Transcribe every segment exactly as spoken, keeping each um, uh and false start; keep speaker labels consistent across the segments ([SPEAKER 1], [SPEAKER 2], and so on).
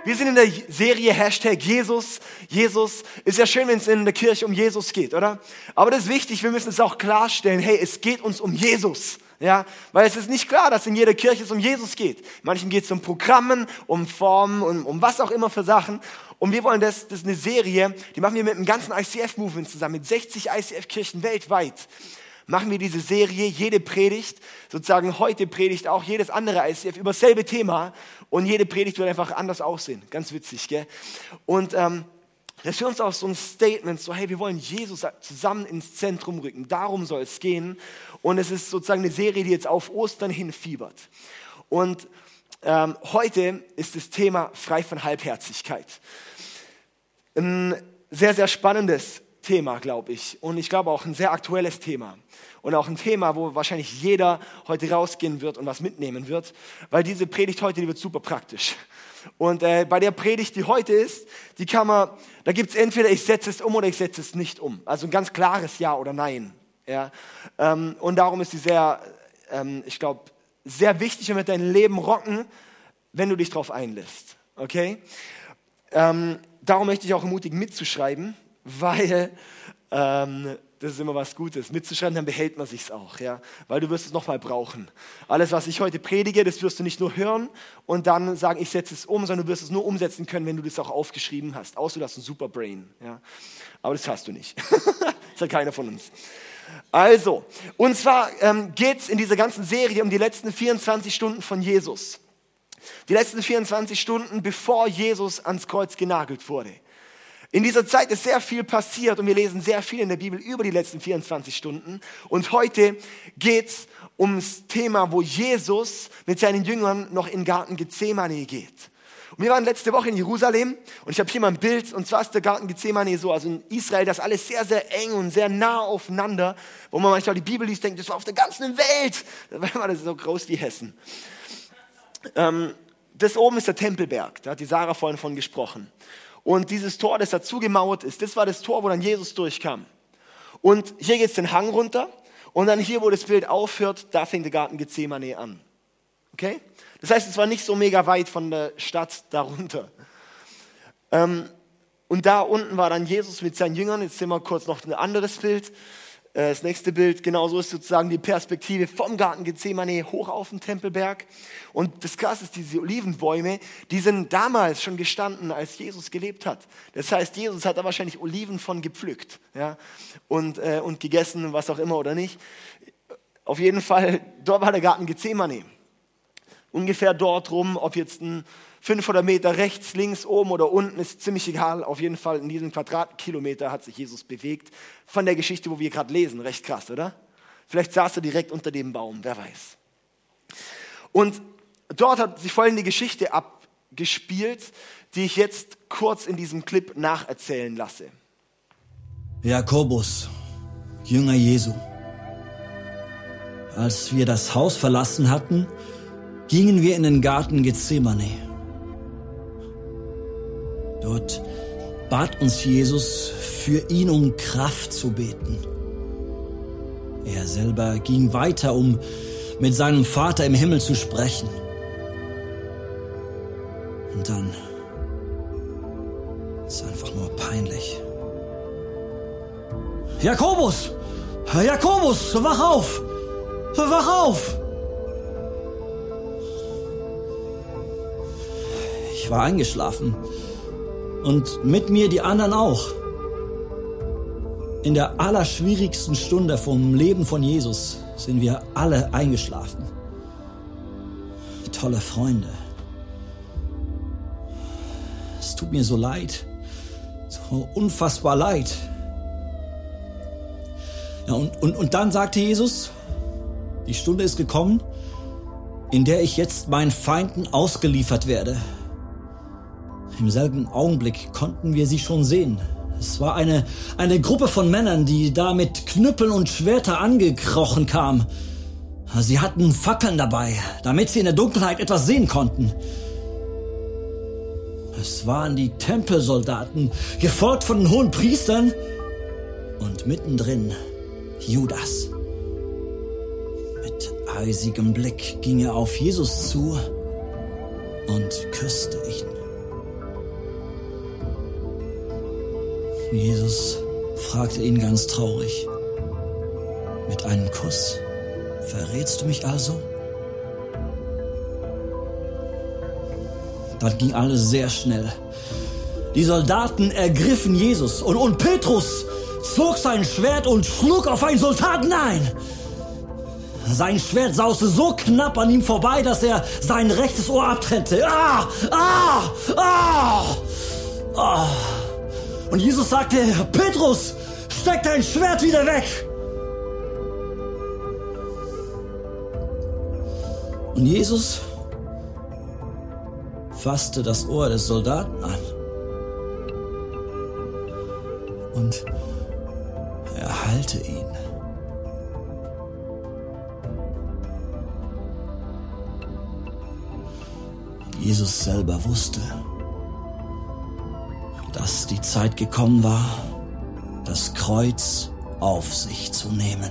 [SPEAKER 1] Wir sind in der Serie Hashtag Jesus. Jesus, ist ja schön, wenn es in der Kirche um Jesus geht, oder? Aber das ist wichtig, wir müssen es auch klarstellen, hey, es geht uns um Jesus. Ja, weil es ist nicht klar, dass in jeder Kirche es um Jesus geht. Manchen geht es um Programmen, um Formen, um, um was auch immer für Sachen. Und wir wollen das, das ist eine Serie, die machen wir mit dem ganzen I C F-Movement zusammen, mit sechzig I C F-Kirchen weltweit. Machen wir diese Serie, jede Predigt, sozusagen heute predigt auch jedes andere I C F über dasselbe Thema und jede Predigt wird einfach anders aussehen. Ganz witzig, gell? Und ähm, das ist für uns auch so ein Statement, so hey, wir wollen Jesus zusammen ins Zentrum rücken, darum soll es gehen. Und es ist sozusagen eine Serie, die jetzt auf Ostern hinfiebert. Und ähm, heute ist das Thema frei von Halbherzigkeit. Ein sehr, sehr spannendes Thema, glaube ich. Und ich glaube auch ein sehr aktuelles Thema. Und auch ein Thema, wo wahrscheinlich jeder heute rausgehen wird und was mitnehmen wird. Weil diese Predigt heute, die wird super praktisch. Und äh, bei der Predigt, die heute ist, die kann man, da gibt es entweder ich setze es um oder ich setze es nicht um. Also ein ganz klares Ja oder Nein. Ja? Ähm, und darum ist sie sehr, ähm, ich glaube, sehr wichtig und wird dein Leben rocken, wenn du dich darauf einlässt. Okay? Ähm, darum möchte ich auch ermutigen, mitzuschreiben, weil ähm, das ist immer was Gutes. Mitzuschreiben, dann behält man sich's auch, ja, weil du wirst es nochmal brauchen. Alles, was ich heute predige, das wirst du nicht nur hören und dann sagen, ich setze es um, sondern du wirst es nur umsetzen können, wenn du das auch aufgeschrieben hast. Außer du hast ein super Brain, ja. Aber das hast du nicht. Das hat keiner von uns. Also, und zwar ähm, geht es in dieser ganzen Serie um die letzten vierundzwanzig Stunden von Jesus. Die letzten vierundzwanzig Stunden, bevor Jesus ans Kreuz genagelt wurde. In dieser Zeit ist sehr viel passiert und wir lesen sehr viel in der Bibel über die letzten vierundzwanzig Stunden. Und heute geht es ums Thema, wo Jesus mit seinen Jüngern noch in den Garten Gethsemane geht. Und wir waren letzte Woche in Jerusalem und ich habe hier mal ein Bild. Und zwar ist der Garten Gethsemane so, also in Israel, das alles sehr, sehr eng und sehr nah aufeinander. Wo man manchmal die Bibel liest, denkt, das war auf der ganzen Welt. Dabei war das so groß wie Hessen. Ähm, das oben ist der Tempelberg, da hat die Sarah vorhin von gesprochen. Und dieses Tor, das dazu gemauert ist, das war das Tor, wo dann Jesus durchkam. Und hier geht es den Hang runter und dann hier, wo das Bild aufhört, da fängt der Garten Gethsemane an. Okay? Das heißt, es war nicht so mega weit von der Stadt darunter. Ähm, und da unten war dann Jesus mit seinen Jüngern. Jetzt sehen wir kurz noch ein anderes Bild. Äh, das nächste Bild, genauso ist sozusagen die Perspektive vom Garten Gethsemane hoch auf den Tempelberg. Und das Krasse ist, diese Olivenbäume, die sind damals schon gestanden, als Jesus gelebt hat. Das heißt, Jesus hat da wahrscheinlich Oliven von gepflückt, ja, und, äh, und gegessen, was auch immer oder nicht. Auf jeden Fall, dort war der Garten Gethsemane. Ungefähr dort rum, ob jetzt ein fünfhundert Meter rechts, links, oben oder unten, ist ziemlich egal. Auf jeden Fall in diesem Quadratkilometer hat sich Jesus bewegt. Von der Geschichte, wo wir gerade lesen. Recht krass, oder? Vielleicht saß er direkt unter dem Baum, wer weiß. Und dort hat sich folgende Geschichte abgespielt, die ich jetzt kurz in diesem Clip nacherzählen lasse.
[SPEAKER 2] Jakobus, Jünger Jesu. Als wir das Haus verlassen hatten, gingen wir in den Garten Gethsemane. Dort bat uns Jesus, für ihn um Kraft zu beten. Er selber ging weiter, um mit seinem Vater im Himmel zu sprechen. Und dann ist einfach nur peinlich. Jakobus! Jakobus, wach auf! Wach auf! Ich war eingeschlafen. Und mit mir die anderen auch. In der allerschwierigsten Stunde vom Leben von Jesus sind wir alle eingeschlafen. Tolle Freunde. Es tut mir so leid. So unfassbar leid. Ja, und, und, und dann sagte Jesus, die Stunde ist gekommen, in der ich jetzt meinen Feinden ausgeliefert werde. Im selben Augenblick konnten wir sie schon sehen. Es war eine, eine Gruppe von Männern, die da mit Knüppeln und Schwerter angekrochen kam. Sie hatten Fackeln dabei, damit sie in der Dunkelheit etwas sehen konnten. Es waren die Tempelsoldaten, gefolgt von den hohen Priestern und mittendrin Judas. Mit eisigem Blick ging er auf Jesus zu und küsste ihn. Jesus fragte ihn ganz traurig: Mit einem Kuss verrätst du mich also? Dann ging alles sehr schnell. Die Soldaten ergriffen Jesus und, und Petrus zog sein Schwert und schlug auf einen Soldaten ein. Sein Schwert sauste so knapp an ihm vorbei, dass er sein rechtes Ohr abtrennte. Ah, ah, ah, ah. Und Jesus sagte: Petrus, steck dein Schwert wieder weg. Und Jesus fasste das Ohr des Soldaten an und er heilte ihn. Jesus selber wusste, dass die Zeit gekommen war, das Kreuz auf sich zu nehmen.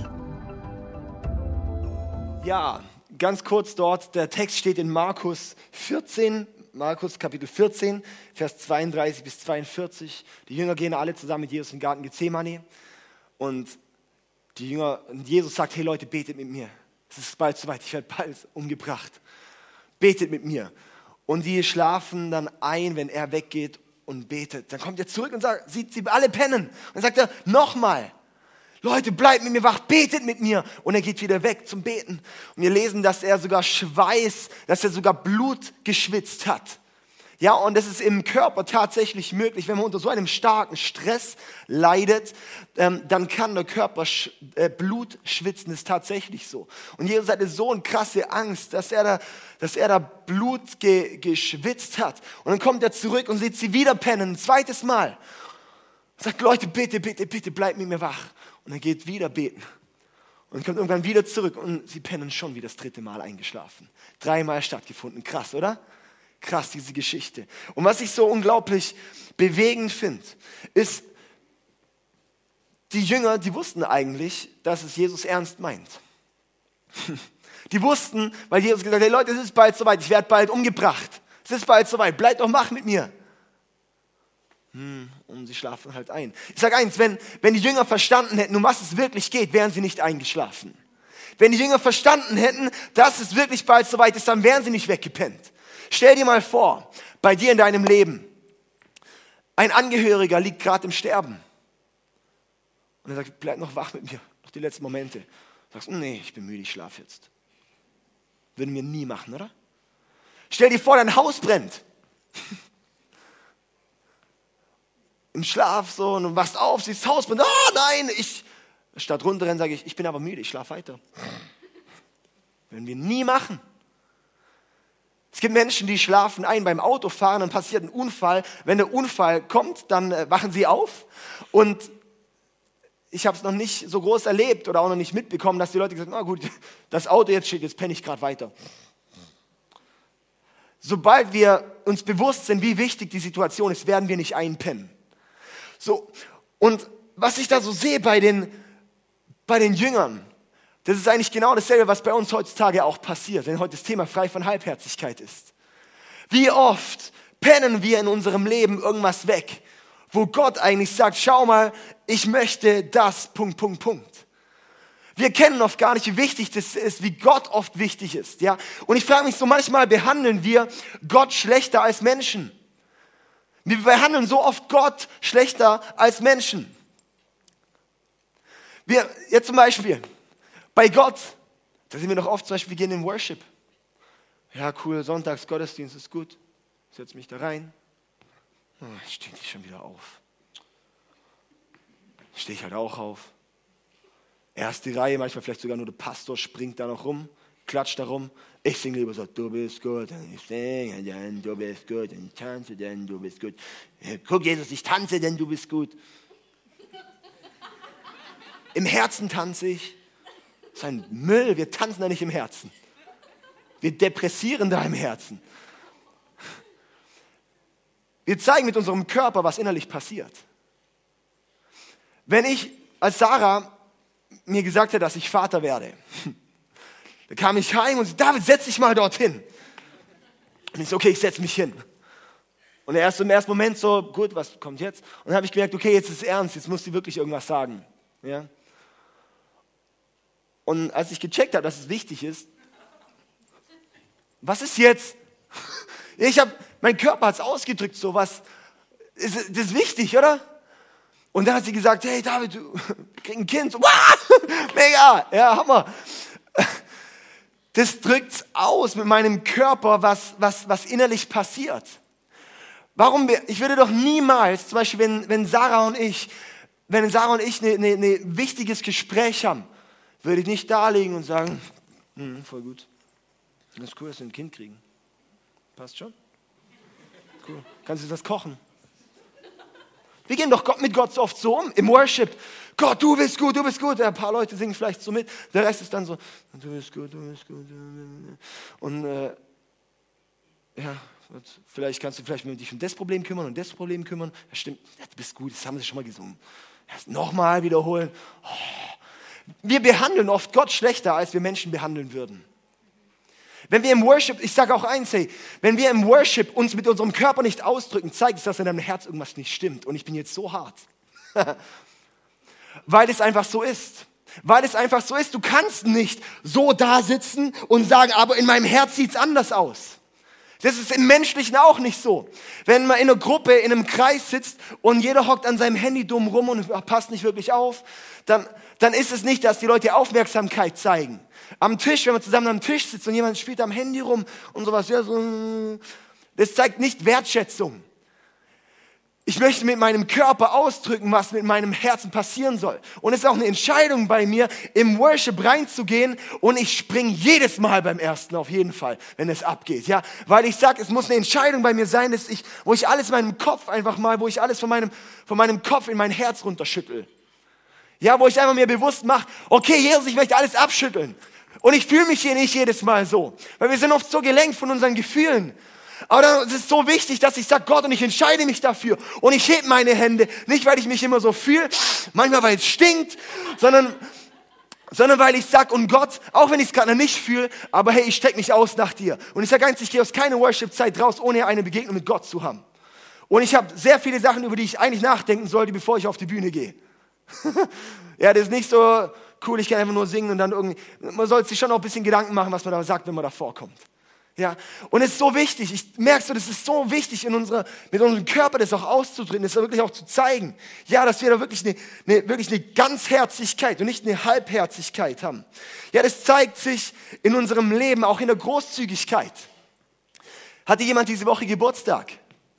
[SPEAKER 1] Ja, ganz kurz dort, der Text steht in Markus vierzehn, Markus Kapitel vierzehn, Vers zweiunddreißig bis zweiundvierzig. Die Jünger gehen alle zusammen mit Jesus im Garten Gethsemane und die Jünger, und Jesus sagt: Hey Leute, betet mit mir. Es ist bald soweit, ich werde bald umgebracht. Betet mit mir. Und die schlafen dann ein, wenn er weggeht und betet. Dann kommt er zurück und sagt, sieht sie alle pennen. Und dann sagt er nochmal: Leute, bleibt mit mir wach, betet mit mir. Und er geht wieder weg zum Beten. Und wir lesen, dass er sogar Schweiß, dass er sogar Blut geschwitzt hat. Ja, und das ist im Körper tatsächlich möglich. Wenn man unter so einem starken Stress leidet, ähm, dann kann der Körper sch- äh, Blut schwitzen. Das ist tatsächlich so. Und Jesus hatte so eine krasse Angst, dass er da, dass er da Blut ge- geschwitzt hat. Und dann kommt er zurück und sieht sie wieder pennen, ein zweites Mal. Und sagt: Leute, bitte, bitte, bitte, bleibt mit mir wach. Und er geht wieder beten. Und kommt irgendwann wieder zurück und sie pennen schon wie das dritte Mal eingeschlafen. Dreimal stattgefunden. Krass, oder? Krass, diese Geschichte. Und was ich so unglaublich bewegend finde, ist, die Jünger, die wussten eigentlich, dass es Jesus ernst meint. Die wussten, weil Jesus gesagt hat: Hey Leute, es ist bald soweit, ich werde bald umgebracht. Es ist bald soweit, bleibt doch wach mit mir. Hm, und sie schlafen halt ein. Ich sage eins, wenn, wenn die Jünger verstanden hätten, um was es wirklich geht, wären sie nicht eingeschlafen. Wenn die Jünger verstanden hätten, dass es wirklich bald soweit ist, dann wären sie nicht weggepennt. Stell dir mal vor, bei dir in deinem Leben, ein Angehöriger liegt gerade im Sterben. Und er sagt: Bleib noch wach mit mir, noch die letzten Momente. Du sagst: Nee, ich bin müde, ich schlafe jetzt. Würden wir nie machen, oder? Stell dir vor, dein Haus brennt. Im Schlaf so, und du wachst auf, siehst das Haus brennt. Oh nein, ich, statt runterrennen sage ich: Ich bin aber müde, ich schlafe weiter. Würden wir nie machen. Es gibt Menschen, die schlafen ein beim Autofahren, dann passiert ein Unfall. Wenn der Unfall kommt, dann äh, wachen sie auf. Und ich habe es noch nicht so groß erlebt oder auch noch nicht mitbekommen, dass die Leute gesagt haben: Na gut, das Auto jetzt steht, jetzt penne ich gerade weiter. Sobald wir uns bewusst sind, wie wichtig die Situation ist, werden wir nicht einpennen. So, und was ich da so sehe bei den, bei den Jüngern, das ist eigentlich genau dasselbe, was bei uns heutzutage auch passiert, wenn heute das Thema frei von Halbherzigkeit ist. Wie oft pennen wir in unserem Leben irgendwas weg, wo Gott eigentlich sagt: Schau mal, ich möchte das, Punkt, Punkt, Punkt. Wir kennen oft gar nicht, wie wichtig das ist, wie Gott oft wichtig ist. Ja? Und ich frage mich so, manchmal behandeln wir Gott schlechter als Menschen. Wir behandeln so oft Gott schlechter als Menschen. Wir, jetzt zum Beispiel, bei Gott, da sind wir doch oft zum Beispiel, wir gehen in Worship. Ja, cool, Sonntags Gottesdienst ist gut. Setz mich da rein. Oh, jetzt stehen die schon wieder auf. Stehe ich halt auch auf. Erste Reihe, manchmal vielleicht sogar nur der Pastor springt da noch rum, klatscht da rum. Ich singe lieber so: Du bist gut, und ich singe, denn du bist gut, und ich tanze, denn du bist gut. Guck Jesus, ich tanze, denn du bist gut. Im Herzen tanze ich. Das ist ein Müll, wir tanzen da nicht im Herzen. Wir depressieren da im Herzen. Wir zeigen mit unserem Körper, was innerlich passiert. Wenn ich als Sarah mir gesagt hat, dass ich Vater werde, da kam ich heim und sagte: David, setz dich mal dorthin. Und ich so: Okay, ich setz mich hin. Und erst im ersten Moment so, gut, was kommt jetzt? Und dann habe ich gemerkt, okay, jetzt ist es ernst, jetzt muss sie wirklich irgendwas sagen. Ja? Und als ich gecheckt habe, dass es wichtig ist, was ist jetzt? Ich habe, mein Körper hat es ausgedrückt, so was, ist, das ist wichtig, oder? Und dann hat sie gesagt, hey David, du kriegst ein Kind. So, mega, ja, Hammer. Das drückt aus mit meinem Körper, was, was, was innerlich passiert. Warum? Wir, ich würde doch niemals, zum Beispiel, wenn, wenn Sarah und ich, wenn Sarah und ich ein ne, ne wichtiges Gespräch haben, würde ich nicht da liegen und sagen, hm, voll gut. Das ist cool, dass wir ein Kind kriegen. Passt schon? Cool. Kannst du das kochen? Wir gehen doch Gott, mit Gott so oft so um, im Worship. Gott, du bist gut, du bist gut. Ja, ein paar Leute singen vielleicht so mit. Der Rest ist dann so, du bist gut, du bist gut. Und äh, ja, vielleicht kannst du vielleicht dich um das Problem kümmern und das Problem kümmern. Ja, stimmt, ja, du bist gut, das haben sie schon mal gesungen. Erst nochmal wiederholen. Oh. Wir behandeln oft Gott schlechter, als wir Menschen behandeln würden. Wenn wir im Worship, ich sage auch eins, hey, wenn wir im Worship uns mit unserem Körper nicht ausdrücken, zeigt es, dass in deinem Herz irgendwas nicht stimmt. Und ich bin jetzt so hart. Weil es einfach so ist. Weil es einfach so ist. Du kannst nicht so da sitzen und sagen, aber in meinem Herz sieht es anders aus. Das ist im Menschlichen auch nicht so. Wenn man in einer Gruppe, in einem Kreis sitzt und jeder hockt an seinem Handy dumm rum und passt nicht wirklich auf, dann, dann ist es nicht, dass die Leute Aufmerksamkeit zeigen. Am Tisch, wenn man zusammen am Tisch sitzt und jemand spielt am Handy rum und sowas, ja, so, das zeigt nicht Wertschätzung. Ich möchte mit meinem Körper ausdrücken, was mit meinem Herzen passieren soll. Und es ist auch eine Entscheidung bei mir, im Worship reinzugehen und ich springe jedes Mal beim ersten auf jeden Fall, wenn es abgeht. Ja, weil ich sage, es muss eine Entscheidung bei mir sein, dass ich, wo ich alles in meinem Kopf einfach mal, wo ich alles von meinem, von meinem Kopf in mein Herz runterschüttel. Ja, wo ich einfach mir bewusst mache, okay, Jesus, ich möchte alles abschütteln. Und ich fühle mich hier nicht jedes Mal so. Weil wir sind oft so gelenkt von unseren Gefühlen. Aber es ist so wichtig, dass ich sage, Gott, und ich entscheide mich dafür. Und ich hebe meine Hände. Nicht, weil ich mich immer so fühle, manchmal, weil es stinkt, sondern, sondern weil ich sage, und Gott, auch wenn ich es gerade nicht fühle, aber hey, ich strecke mich aus nach dir. Und ich sage eins, ich gehe aus keiner Worship-Zeit raus, ohne eine Begegnung mit Gott zu haben. Und ich habe sehr viele Sachen, über die ich eigentlich nachdenken sollte, bevor ich auf die Bühne gehe. Ja, das ist nicht so cool, ich kann einfach nur singen und dann irgendwie, man sollte sich schon auch ein bisschen Gedanken machen, was man da sagt, wenn man da vorkommt. Ja, und es ist so wichtig, ich merke so, das ist so wichtig, in unserer, mit unserem Körper das auch auszudrücken, das wirklich auch zu zeigen. Ja, dass wir da wirklich eine, eine, wirklich eine Ganzherzigkeit und nicht eine Halbherzigkeit haben. Ja, das zeigt sich in unserem Leben, auch in der Großzügigkeit. Hatte jemand diese Woche Geburtstag?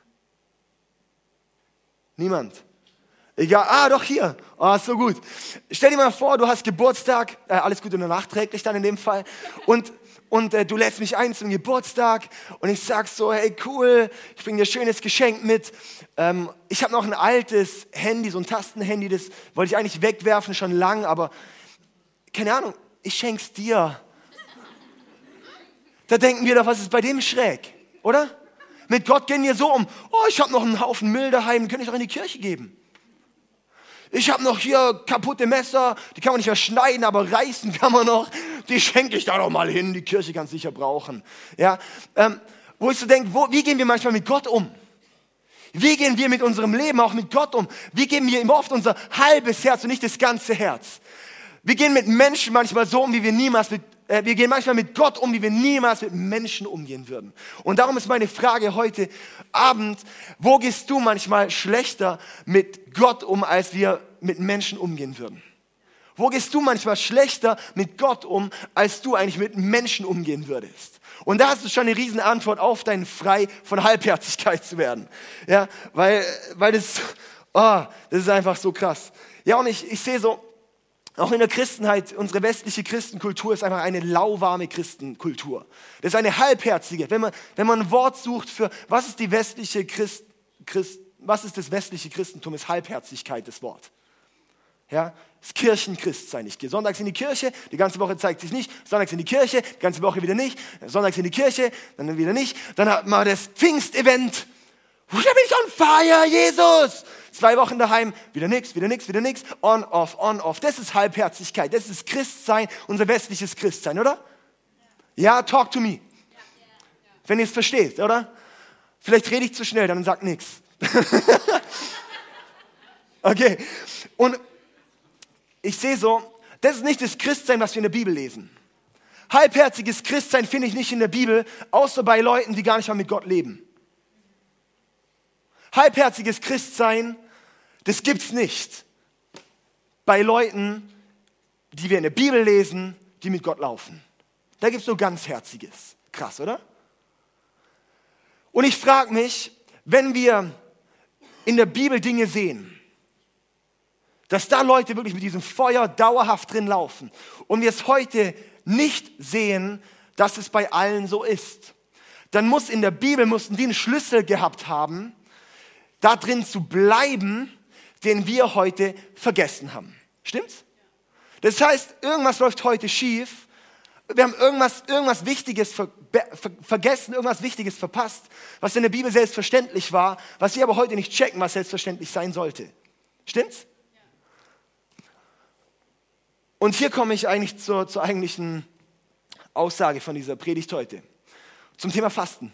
[SPEAKER 1] Niemand? Egal, ah, doch hier. Ah, so gut. Stell dir mal vor, du hast Geburtstag, äh, alles Gute und nachträglich dann in dem Fall. Und, und äh, du lädst mich ein zum Geburtstag und ich sag so, hey cool, ich bringe dir ein schönes Geschenk mit. Ähm, ich habe noch ein altes Handy, so ein Tastenhandy, das wollte ich eigentlich wegwerfen, schon lang, aber keine Ahnung, ich schenk's dir. Da denken wir doch, was ist bei dem schräg, oder? Mit Gott gehen wir so um, oh, ich habe noch einen Haufen Müll daheim, könnte ich doch in die Kirche geben. Ich habe noch hier kaputte Messer, die kann man nicht mehr schneiden, aber reißen kann man noch. Die schenke ich da doch mal hin, die Kirche kann es sicher brauchen. Ja, ähm, wo ich so denke, wo, wie gehen wir manchmal mit Gott um? Wie gehen wir mit unserem Leben auch mit Gott um? Wie geben wir ihm oft unser halbes Herz und nicht das ganze Herz? Wir gehen mit Menschen manchmal so um, wie wir niemals mit, äh, wir gehen manchmal mit Gott um, wie wir niemals mit Menschen umgehen würden. Und darum ist meine Frage heute Abend, wo gehst du manchmal schlechter mit Gott um, als wir mit Menschen umgehen würden? Wo gehst du manchmal schlechter mit Gott um, als du eigentlich mit Menschen umgehen würdest? Und da hast du schon eine riesen Antwort auf deinen Frei von Halbherzigkeit zu werden. Ja, weil, weil das, oh, das ist einfach so krass. Ja, und ich, ich sehe so, auch in der Christenheit, unsere westliche Christenkultur ist einfach eine lauwarme Christenkultur. Das ist eine halbherzige. Wenn man, wenn man ein Wort sucht für, was ist die westliche Christ, Christ, was ist das westliche Christentum, ist Halbherzigkeit das Wort. Ja, das Kirchenchristsein. Ich gehe sonntags in die Kirche, die ganze Woche zeigt sich nicht, sonntags in die Kirche, die ganze Woche wieder nicht, sonntags in die Kirche, dann wieder nicht, dann hat man das Pfingstevent. Da bin ich on fire, Jesus! Zwei Wochen daheim, wieder nix, wieder nix, wieder nix, on, off, on, off. Das ist Halbherzigkeit, das ist Christsein, unser westliches Christsein, oder? Ja, talk to me. Wenn ihr es versteht, oder? Vielleicht rede ich zu schnell, dann sag nichts. Okay. Und ich sehe so, das ist nicht das Christsein, was wir in der Bibel lesen. Halbherziges Christsein finde ich nicht in der Bibel, außer bei Leuten, die gar nicht mal mit Gott leben. Halbherziges Christsein, das gibt's nicht bei Leuten, die wir in der Bibel lesen, die mit Gott laufen. Da gibt's nur ganzherziges. Krass, oder? Und ich frage mich, wenn wir in der Bibel Dinge sehen, dass da Leute wirklich mit diesem Feuer dauerhaft drin laufen und wir es heute nicht sehen, dass es bei allen so ist, dann muss in der Bibel, mussten die einen Schlüssel gehabt haben, da drin zu bleiben, den wir heute vergessen haben. Stimmt's? Das heißt, irgendwas läuft heute schief, wir haben irgendwas, irgendwas Wichtiges ver, ver, vergessen, irgendwas Wichtiges verpasst, was in der Bibel selbstverständlich war, was wir aber heute nicht checken, was selbstverständlich sein sollte. Stimmt's? Und hier komme ich eigentlich zur, zur eigentlichen Aussage von dieser Predigt heute. Zum Thema Fasten.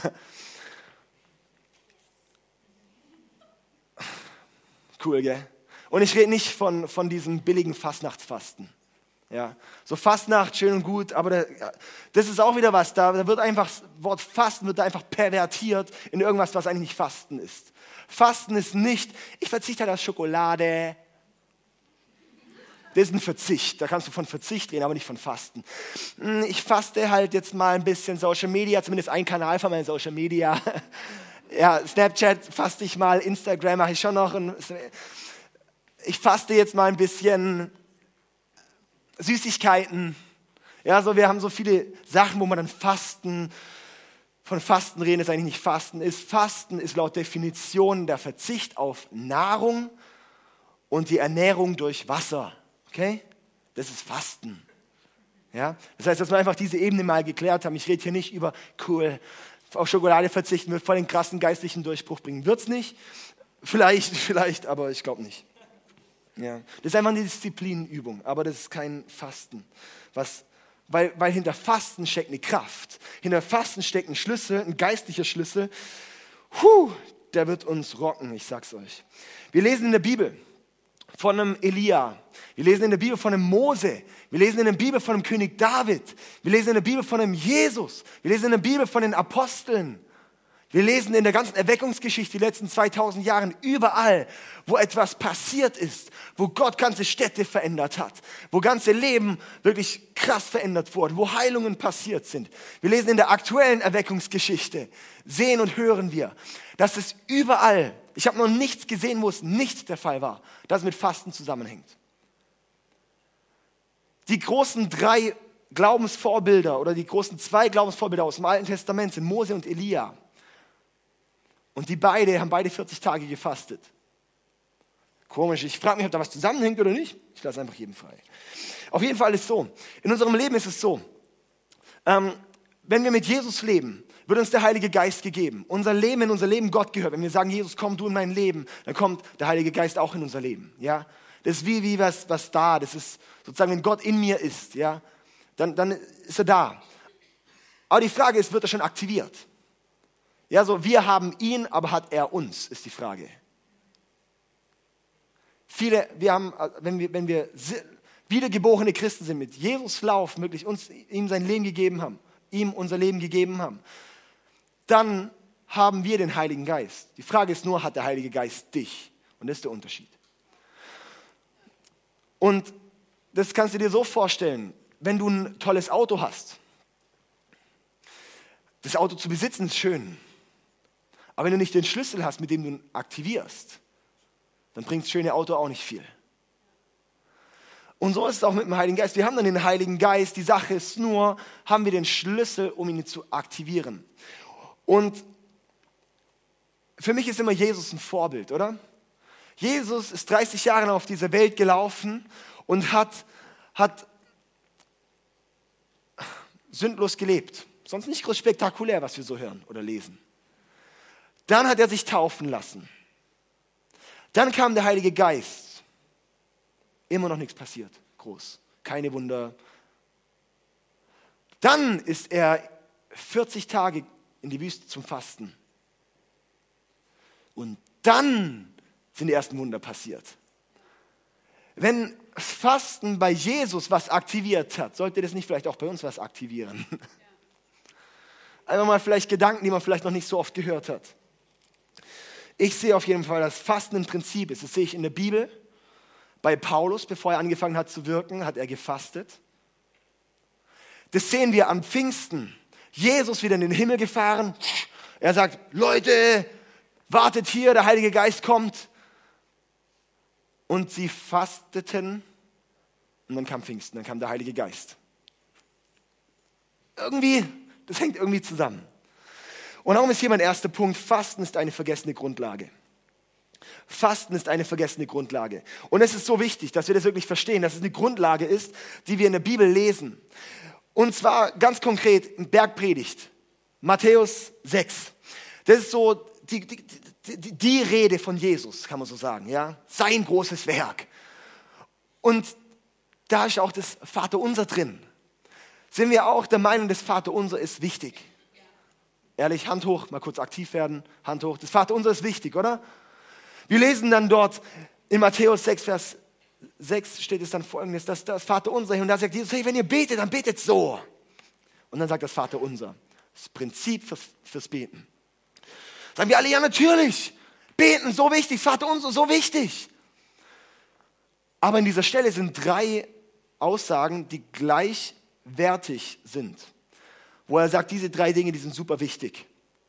[SPEAKER 1] Cool, gell? Und ich rede nicht von, von diesem billigen Fastnachtsfasten. Ja, so Fastnacht, schön und gut, aber da, das ist auch wieder was, da, da wird einfach, das Wort Fasten wird da einfach pervertiert in irgendwas, was eigentlich nicht Fasten ist. Fasten ist nicht, ich verzichte halt auf Schokolade. Das ist ein Verzicht, da kannst du von Verzicht reden, aber nicht von Fasten. Ich faste halt jetzt mal ein bisschen Social Media, zumindest ein Kanal von meinen Social Media. Ja, Snapchat faste ich mal, Instagram mache ich schon noch. Ein, ich faste jetzt mal ein bisschen Süßigkeiten. Ja, so wir haben so viele Sachen, wo man dann Fasten, von Fasten reden, ist eigentlich nicht Fasten ist. Fasten ist laut Definition der Verzicht auf Nahrung und die Ernährung durch Wasser. Okay? Das ist Fasten. Ja? Das heißt, dass wir einfach diese Ebene mal geklärt haben. Ich rede hier nicht über, cool, auf Schokolade verzichten wird voll den krassen geistlichen Durchbruch bringen. Wird's nicht? Vielleicht, vielleicht, aber ich glaube nicht. Ja. Das ist einfach eine Disziplinübung, aber das ist kein Fasten. Was, weil, weil hinter Fasten steckt eine Kraft. Hinter Fasten steckt ein Schlüssel, ein geistlicher Schlüssel. Puh, der wird uns rocken, ich sag's euch. Wir lesen in der Bibel von einem Elia. Wir lesen in der Bibel von einem Mose. Wir lesen in der Bibel von einem König David. Wir lesen in der Bibel von einem Jesus. Wir lesen in der Bibel von den Aposteln. Wir lesen in der ganzen Erweckungsgeschichte, die letzten zweitausend Jahren, überall, wo etwas passiert ist, wo Gott ganze Städte verändert hat, wo ganze Leben wirklich krass verändert wurden, wo Heilungen passiert sind. Wir lesen in der aktuellen Erweckungsgeschichte, sehen und hören wir, dass es überall, ich habe noch nichts gesehen, wo es nicht der Fall war, dass es mit Fasten zusammenhängt. Die großen drei Glaubensvorbilder oder die großen zwei Glaubensvorbilder aus dem Alten Testament sind Mose und Elia. Und die beide haben beide vierzig Tage gefastet. Komisch, ich frage mich, ob da was zusammenhängt oder nicht. Ich lasse einfach jeden frei. Auf jeden Fall ist es so, in unserem Leben ist es so, ähm, wenn wir mit Jesus leben, wird uns der Heilige Geist gegeben. Unser Leben, in unser Leben Gott gehört. Wenn wir sagen, Jesus, komm du in mein Leben, dann kommt der Heilige Geist auch in unser Leben. Ja? Das ist wie, wie was, was da, das ist sozusagen, wenn Gott in mir ist, ja? dann, dann ist er da. Aber die Frage ist, wird er schon aktiviert? Ja, so wir haben ihn, aber hat er uns, ist die Frage. Viele, wir haben, wenn wir, wenn wir wiedergeborene Christen sind, mit Jesus laufen, wirklich uns, ihm sein Leben gegeben haben, ihm unser Leben gegeben haben, dann haben wir den Heiligen Geist. Die Frage ist nur, hat der Heilige Geist dich? Und das ist der Unterschied. Und das kannst du dir so vorstellen, wenn du ein tolles Auto hast. Das Auto zu besitzen ist schön. Aber wenn du nicht den Schlüssel hast, mit dem du ihn aktivierst, dann bringt das schöne Auto auch nicht viel. Und so ist es auch mit dem Heiligen Geist. Wir haben dann den Heiligen Geist. Die Sache ist nur, haben wir den Schlüssel, um ihn zu aktivieren. Und für mich ist immer Jesus ein Vorbild, oder? Jesus ist dreißig Jahre lang auf dieser Welt gelaufen und hat, hat sündlos gelebt. Sonst nicht groß spektakulär, was wir so hören oder lesen. Dann hat er sich taufen lassen. Dann kam der Heilige Geist. Immer noch nichts passiert, groß. Keine Wunder. Dann ist er vierzig Tage in die Wüste zum Fasten. Und dann sind die ersten Wunder passiert. Wenn Fasten bei Jesus was aktiviert hat, sollte das nicht vielleicht auch bei uns was aktivieren? Ja. Einfach mal vielleicht Gedanken, die man vielleicht noch nicht so oft gehört hat. Ich sehe auf jeden Fall, dass Fasten ein Prinzip ist. Das sehe ich in der Bibel. Bei Paulus, bevor er angefangen hat zu wirken, hat er gefastet. Das sehen wir am Pfingsten. Jesus wieder in den Himmel gefahren. Er sagt, Leute, wartet hier, der Heilige Geist kommt. Und sie fasteten und dann kam Pfingsten, dann kam der Heilige Geist. Irgendwie, das hängt irgendwie zusammen. Und darum ist hier mein erster Punkt, Fasten ist eine vergessene Grundlage. Fasten ist eine vergessene Grundlage. Und es ist so wichtig, dass wir das wirklich verstehen, dass es eine Grundlage ist, die wir in der Bibel lesen. Und zwar ganz konkret in Bergpredigt, Matthäus sechs. Das ist so die, die, die, die Rede von Jesus, kann man so sagen. Ja? Sein großes Werk. Und da ist auch das Vaterunser drin. Sind wir auch der Meinung, das Vaterunser ist wichtig? Ehrlich, Hand hoch, mal kurz aktiv werden, Hand hoch. Das Vaterunser ist wichtig, oder? Wir lesen dann dort in Matthäus sechs, Vers sechs steht es dann folgendes, dass das Vaterunser, und da sagt Jesus, hey, wenn ihr betet, dann betet so. Und dann sagt das Vaterunser, das Prinzip fürs, fürs Beten. Sagen wir alle, ja natürlich, beten, so wichtig, Vaterunser, so wichtig. Aber in dieser Stelle sind drei Aussagen, die gleichwertig sind. Wo er sagt, diese drei Dinge, die sind super wichtig.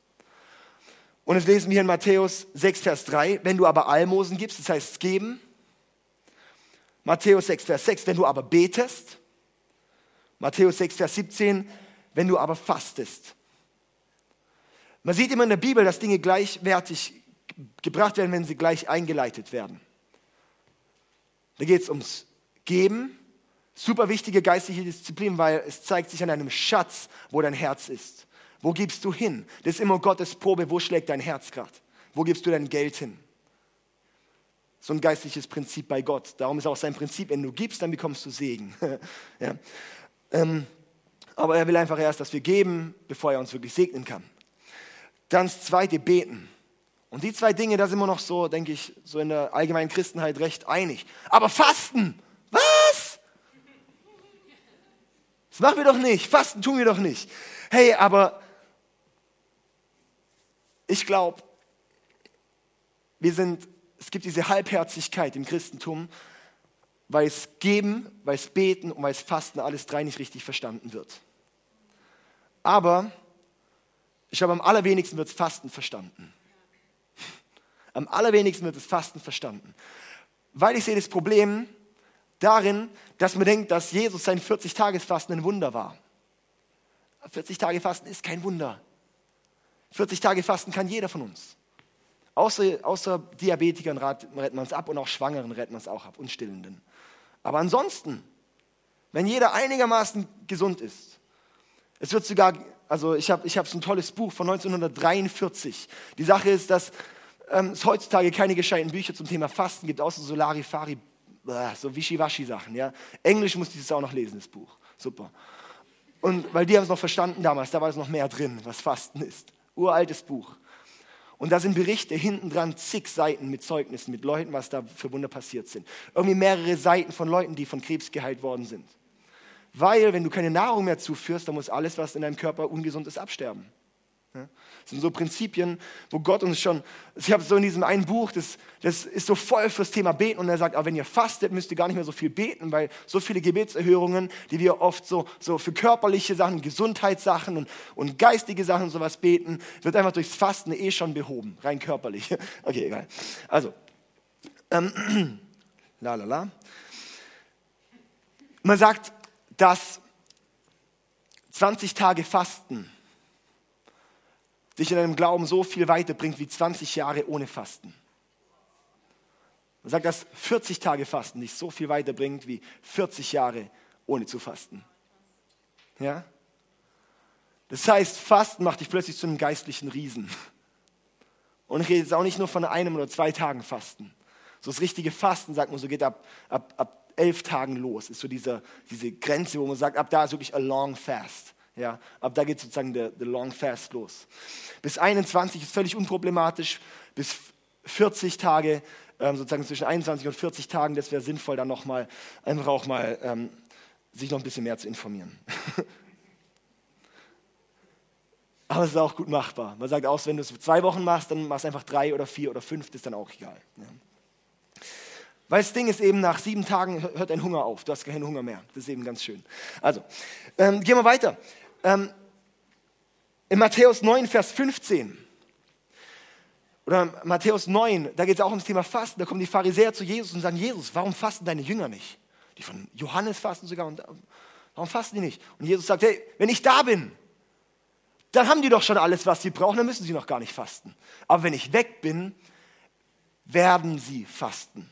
[SPEAKER 1] Und das lesen wir in Matthäus sechs, Vers drei. Wenn du aber Almosen gibst, das heißt geben. Matthäus sechs, Vers sechs. Wenn du aber betest. Matthäus sechs, Vers siebzehn. Wenn du aber fastest. Man sieht immer in der Bibel, dass Dinge gleichwertig gebracht werden, wenn sie gleich eingeleitet werden. Da geht es ums Geben. Super wichtige geistliche Disziplin, weil es zeigt sich an einem Schatz, wo dein Herz ist. Wo gibst du hin? Das ist immer Gottes Probe, wo schlägt dein Herz gerade? Wo gibst du dein Geld hin? So ein geistliches Prinzip bei Gott. Darum ist auch sein Prinzip, wenn du gibst, dann bekommst du Segen. Ja. ähm, aber er will einfach erst, dass wir geben, bevor er uns wirklich segnen kann. Dann das zweite, beten. Und die zwei Dinge, da sind wir noch so, denke ich, so in der allgemeinen Christenheit recht einig. Aber Fasten, was? Das machen wir doch nicht. Fasten tun wir doch nicht. Hey, aber ich glaube, wir sind, es gibt diese Halbherzigkeit im Christentum, weil es Geben, weil es Beten und weil es Fasten alles drei nicht richtig verstanden wird. Aber ich glaube, am allerwenigsten wird es Fasten verstanden. Am allerwenigsten wird das Fasten verstanden. Weil ich sehe das Problem darin, dass man denkt, dass Jesus sein vierzig-Tages-Fasten ein Wunder war. vierzig Tage Fasten ist kein Wunder. vierzig Tage Fasten kann jeder von uns. Außer, außer Diabetikern retten wir es ab und auch Schwangeren retten wir es auch ab und Stillenden. Aber ansonsten, wenn jeder einigermaßen gesund ist, es wird sogar, also ich habe ich hab so ein tolles Buch von neunzehnhundertdreiundvierzig. Die Sache ist, dass ähm, es heutzutage keine gescheiten Bücher zum Thema Fasten gibt, außer so Larifari, so Wischiwaschi-Sachen. Ja? Englisch musste ich das auch noch lesen, das Buch. Super. Und weil die haben es noch verstanden damals, da war es noch mehr drin, was Fasten ist. Uraltes Buch. Und da sind Berichte hinten dran, zig Seiten mit Zeugnissen, mit Leuten, was da für Wunder passiert sind. Irgendwie mehrere Seiten von Leuten, die von Krebs geheilt worden sind. Weil, wenn du keine Nahrung mehr zuführst, dann muss alles, was in deinem Körper ungesund ist, absterben. Ja? Das sind so Prinzipien, wo Gott uns schon, ich habe so in diesem einen Buch, das, das ist so voll fürs Thema Beten und er sagt, aber wenn ihr fastet, müsst ihr gar nicht mehr so viel beten, weil so viele Gebetserhörungen, die wir oft so, so für körperliche Sachen, Gesundheitssachen und, und geistige Sachen und sowas beten, wird einfach durchs Fasten eh schon behoben, rein körperlich. Okay, egal. Also, ähm, la la la. Man sagt, dass zwanzig Tage Fasten dich in deinem Glauben so viel weiterbringt wie zwanzig Jahre ohne Fasten. Man sagt, dass vierzig Tage Fasten dich so viel weiterbringt wie vierzig Jahre ohne zu fasten. Ja? Das heißt, Fasten macht dich plötzlich zu einem geistlichen Riesen. Und ich rede jetzt auch nicht nur von einem oder zwei Tagen Fasten. So das richtige Fasten, sagt man, so geht ab, ab, ab elf Tagen los. Ist so dieser, diese Grenze, wo man sagt, ab da ist wirklich a long fast. Ja, ab da geht sozusagen der, der Long Fast los. Bis einundzwanzig ist völlig unproblematisch. Bis vierzig Tage, ähm, sozusagen zwischen einundzwanzig und vierzig Tagen, das wäre sinnvoll, dann nochmal einfach auch mal ähm, sich noch ein bisschen mehr zu informieren. Aber es ist auch gut machbar. Man sagt auch, wenn du es zwei Wochen machst, dann machst du einfach drei oder vier oder fünf, das ist dann auch egal. Ja. Weil das Ding ist eben, nach sieben Tagen hört dein Hunger auf. Du hast keinen Hunger mehr. Das ist eben ganz schön. Also, ähm, gehen wir weiter. Ähm, in Matthäus neun, Vers fünfzehn. Oder Matthäus neun, da geht es auch ums Thema Fasten. Da kommen die Pharisäer zu Jesus und sagen, Jesus, warum fasten deine Jünger nicht? Die von Johannes fasten sogar. Und warum fasten die nicht? Und Jesus sagt, hey, wenn ich da bin, dann haben die doch schon alles, was sie brauchen, dann müssen sie noch gar nicht fasten. Aber wenn ich weg bin, werden sie fasten.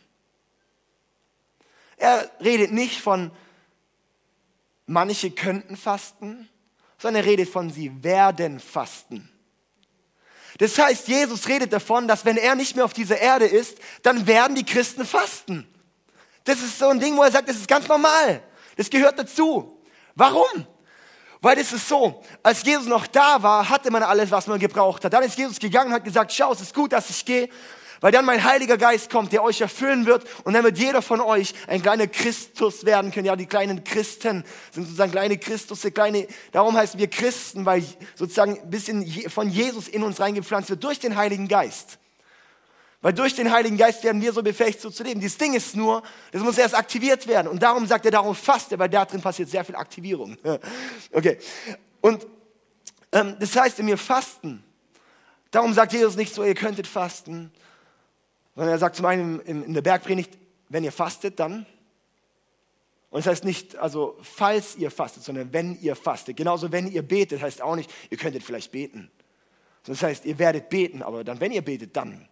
[SPEAKER 1] Er redet nicht von, manche könnten fasten, sondern er redet von, sie werden fasten. Das heißt, Jesus redet davon, dass wenn er nicht mehr auf dieser Erde ist, dann werden die Christen fasten. Das ist so ein Ding, wo er sagt, das ist ganz normal. Das gehört dazu. Warum? Weil das ist so, als Jesus noch da war, hatte man alles, was man gebraucht hat. Dann ist Jesus gegangen und hat gesagt, schau, es ist gut, dass ich gehe, weil dann mein Heiliger Geist kommt, der euch erfüllen wird und dann wird jeder von euch ein kleiner Christus werden können. Ja, die kleinen Christen sind sozusagen kleine Christus, kleine, darum heißen wir Christen, weil sozusagen ein bisschen von Jesus in uns reingepflanzt wird durch den Heiligen Geist. Weil durch den Heiligen Geist werden wir so befähigt, so zu leben. Dieses Ding ist nur, das muss erst aktiviert werden. Und darum sagt er, darum fasst er, weil da drin passiert sehr viel Aktivierung. Okay. Und ähm, das heißt, wenn wir fasten, darum sagt Jesus nicht so, ihr könntet fasten, sondern er sagt zum einen in, in der Bergpredigt, wenn ihr fastet, dann. Und das heißt nicht, also falls ihr fastet, sondern wenn ihr fastet. Genauso wenn ihr betet, heißt auch nicht, ihr könntet vielleicht beten. Das heißt, ihr werdet beten, aber dann, wenn ihr betet, dann.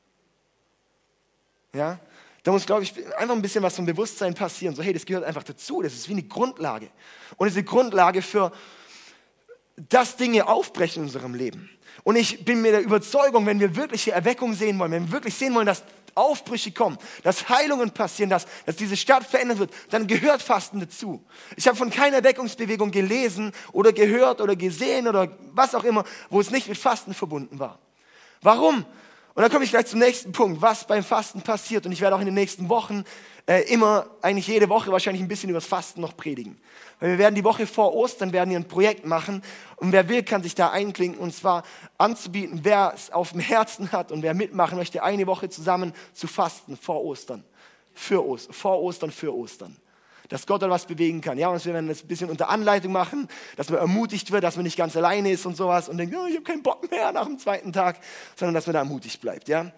[SPEAKER 1] Ja, da muss, glaube ich, einfach ein bisschen was vom Bewusstsein passieren. So, hey, das gehört einfach dazu. Das ist wie eine Grundlage. Und es ist eine Grundlage für, dass Dinge aufbrechen in unserem Leben. Und ich bin mir der Überzeugung, wenn wir wirkliche Erweckung sehen wollen, wenn wir wirklich sehen wollen, dass Aufbrüche kommen, dass Heilungen passieren, dass, dass diese Stadt verändert wird, dann gehört Fasten dazu. Ich habe von keiner Erweckungsbewegung gelesen oder gehört oder gesehen oder was auch immer, wo es nicht mit Fasten verbunden war. Warum? Und dann komme ich gleich zum nächsten Punkt, was beim Fasten passiert. Und ich werde auch in den nächsten Wochen äh, immer, eigentlich jede Woche wahrscheinlich ein bisschen über das Fasten noch predigen. Weil wir werden die Woche vor Ostern werden wir ein Projekt machen. Und wer will, kann sich da einklinken. Und zwar anzubieten, wer es auf dem Herzen hat und wer mitmachen möchte, eine Woche zusammen zu fasten vor Ostern. Für Ostern, vor Ostern, für Ostern. Dass Gott da was bewegen kann. Ja, und wir werden das ein bisschen unter Anleitung machen, dass man ermutigt wird, dass man nicht ganz alleine ist und sowas und denkt, oh, ich habe keinen Bock mehr nach dem zweiten Tag, sondern dass man da ermutigt bleibt. Ja?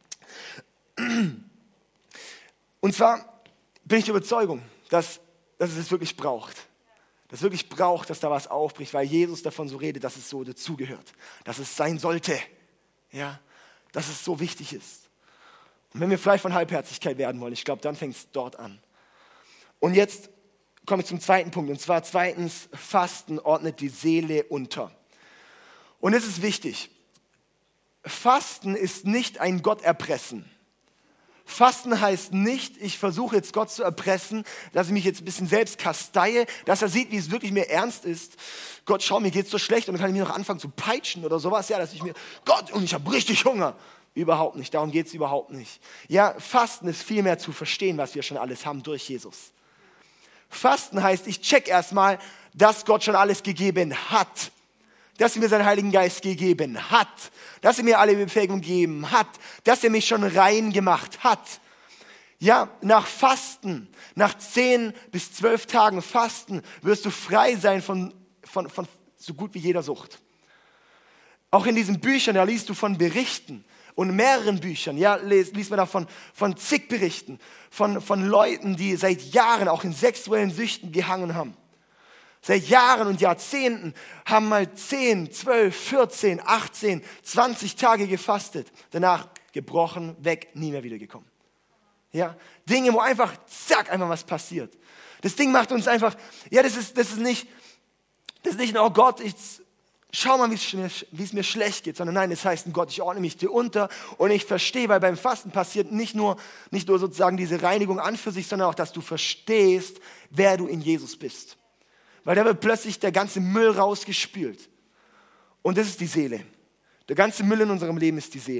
[SPEAKER 1] Und zwar bin ich der Überzeugung, dass, dass es es wirklich braucht. Dass es wirklich braucht, dass da was aufbricht, weil Jesus davon so redet, dass es so dazugehört. Dass es sein sollte. Ja? Dass es so wichtig ist. Und wenn wir frei von Halbherzigkeit werden wollen, ich glaube, dann fängt es dort an. Und jetzt komme ich zum zweiten Punkt. Und zwar zweitens, Fasten ordnet die Seele unter. Und es ist wichtig. Fasten ist nicht ein Gott erpressen. Fasten heißt nicht, ich versuche jetzt Gott zu erpressen, dass ich mich jetzt ein bisschen selbst kasteie, dass er sieht, wie es wirklich mir ernst ist. Gott, schau, mir geht's so schlecht und dann kann ich mich noch anfangen zu peitschen oder sowas. Ja, dass ich mir, Gott, und ich habe richtig Hunger. Überhaupt nicht, darum geht es überhaupt nicht. Ja, Fasten ist vielmehr zu verstehen, was wir schon alles haben durch Jesus. Fasten heißt, ich check erstmal, dass Gott schon alles gegeben hat. Dass er mir seinen Heiligen Geist gegeben hat. Dass er mir alle Befähigung gegeben hat. Dass er mich schon rein gemacht hat. Ja, nach Fasten, nach zehn bis zwölf Tagen Fasten, wirst du frei sein von, von, von so gut wie jeder Sucht. Auch in diesen Büchern, da liest du von Berichten. Und in mehreren Büchern, ja, liest man davon von zig Berichten, von, von Leuten, die seit Jahren auch in sexuellen Süchten gehangen haben. Seit Jahren und Jahrzehnten haben mal zehn, zwölf, vierzehn, achtzehn, zwanzig Tage gefastet. Danach gebrochen, weg, nie mehr wiedergekommen. Ja, Dinge, wo einfach, zack, einfach was passiert. Das Ding macht uns einfach, ja, das ist, das ist nicht, das ist nicht, oh Gott, ich, schau mal, wie es mir schlecht geht, sondern nein, das heißt, Gott, ich ordne mich dir unter und ich verstehe, weil beim Fasten passiert nicht nur, nicht nur sozusagen diese Reinigung an für sich, sondern auch, dass du verstehst, wer du in Jesus bist. Weil da wird plötzlich der ganze Müll rausgespült. Und das ist die Seele. Der ganze Müll in unserem Leben ist die Seele.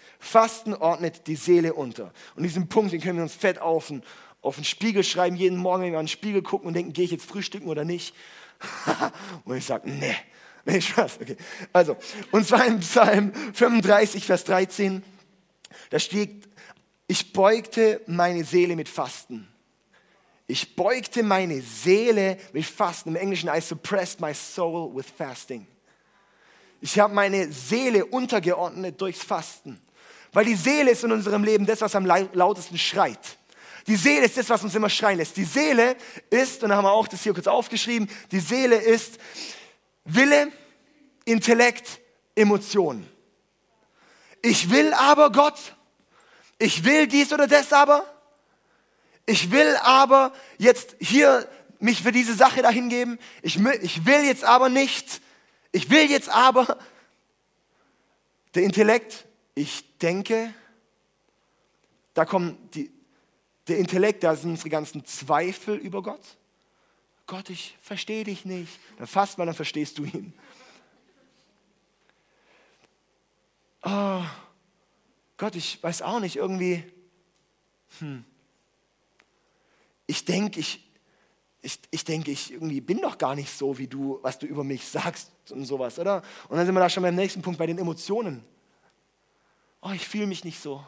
[SPEAKER 1] Fasten ordnet die Seele unter. Und diesen Punkt, den können wir uns fett auf den, auf den Spiegel schreiben, jeden Morgen, wenn wir an den Spiegel gucken und denken, gehe ich jetzt frühstücken oder nicht? Und ich sage, nee, nee, Spaß, okay. Also, und zwar im Psalm fünfunddreißig, Vers dreizehn, da steht, ich beugte meine Seele mit Fasten. Ich beugte meine Seele mit Fasten. Im Englischen, I suppressed my soul with fasting. Ich habe meine Seele untergeordnet durchs Fasten. Weil die Seele ist in unserem Leben das, was am lautesten schreit. Die Seele ist das, was uns immer schreien lässt. Die Seele ist, und da haben wir auch das hier kurz aufgeschrieben, die Seele ist Wille, Intellekt, Emotion. Ich will aber Gott, ich will dies oder das aber, ich will aber jetzt hier mich für diese Sache dahingeben, ich, ich will jetzt aber nicht, ich will jetzt aber, der Intellekt, ich denke, da kommen die, der Intellekt, da sind unsere ganzen Zweifel über Gott. Gott, ich verstehe dich nicht. Dann fasst man, dann verstehst du ihn. Oh, Gott, ich weiß auch nicht, irgendwie, hm. ich denke, ich, ich, ich denke, ich irgendwie bin doch gar nicht so, wie du, was du über mich sagst und sowas, oder? Und dann sind wir da schon beim nächsten Punkt, bei den Emotionen. Oh, ich fühle mich nicht so.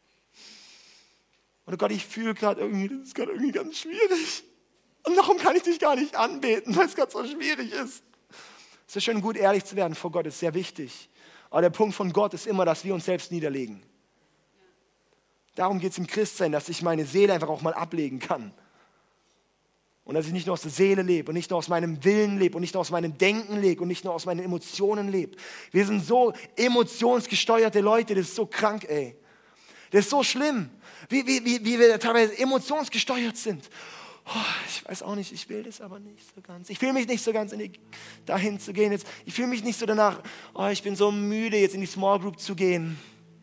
[SPEAKER 1] Oder Gott, ich fühle gerade irgendwie, das ist gerade irgendwie ganz schwierig. Und darum kann ich dich gar nicht anbeten, weil es gerade so schwierig ist. Es ist schön, gut ehrlich zu werden vor Gott, ist sehr wichtig. Aber der Punkt von Gott ist immer, dass wir uns selbst niederlegen. Darum geht es im Christsein, dass ich meine Seele einfach auch mal ablegen kann. Und dass ich nicht nur aus der Seele lebe und nicht nur aus meinem Willen lebe und nicht nur aus meinem Denken lebe und nicht nur aus meinen Emotionen lebe. Wir sind so emotionsgesteuerte Leute, das ist so krank, ey. Das ist so schlimm, wie, wie, wie, wie wir teilweise emotionsgesteuert sind. Oh, ich weiß auch nicht, ich will das aber nicht so ganz. Ich fühle mich nicht so ganz, in die, dahin zu gehen. Jetzt, ich fühle mich nicht so danach, oh, ich bin so müde, jetzt in die Small Group zu gehen.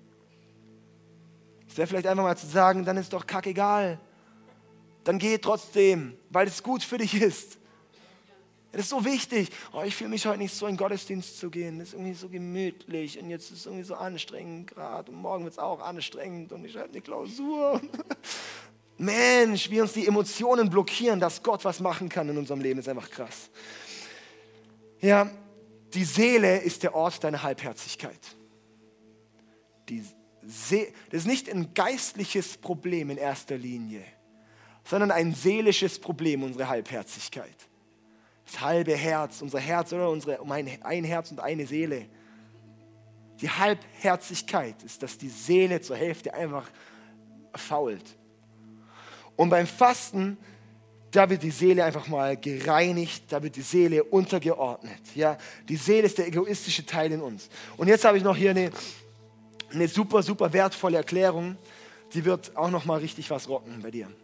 [SPEAKER 1] Es wäre vielleicht einfach mal zu sagen, dann ist doch kackegal. Dann geh trotzdem, weil es gut für dich ist. Das ist so wichtig. Oh, ich fühle mich heute nicht so, in den Gottesdienst zu gehen. Das ist irgendwie so gemütlich und jetzt ist es irgendwie so anstrengend gerade und morgen wird es auch anstrengend und ich schreibe eine Klausur. Mensch, wie uns die Emotionen blockieren, dass Gott was machen kann in unserem Leben, ist einfach krass. Ja, die Seele ist der Ort deiner Halbherzigkeit. Die See- das ist nicht ein geistliches Problem in erster Linie, sondern ein seelisches Problem, unsere Halbherzigkeit. Das halbe Herz, unser Herz, oder unsere, um ein, ein Herz und eine Seele. Die Halbherzigkeit ist, dass die Seele zur Hälfte einfach fault. Und beim Fasten, da wird die Seele einfach mal gereinigt, da wird die Seele untergeordnet. Ja? Die Seele ist der egoistische Teil in uns. Und jetzt habe ich noch hier eine, eine super, super wertvolle Erklärung, die wird auch noch mal richtig was rocken bei dir.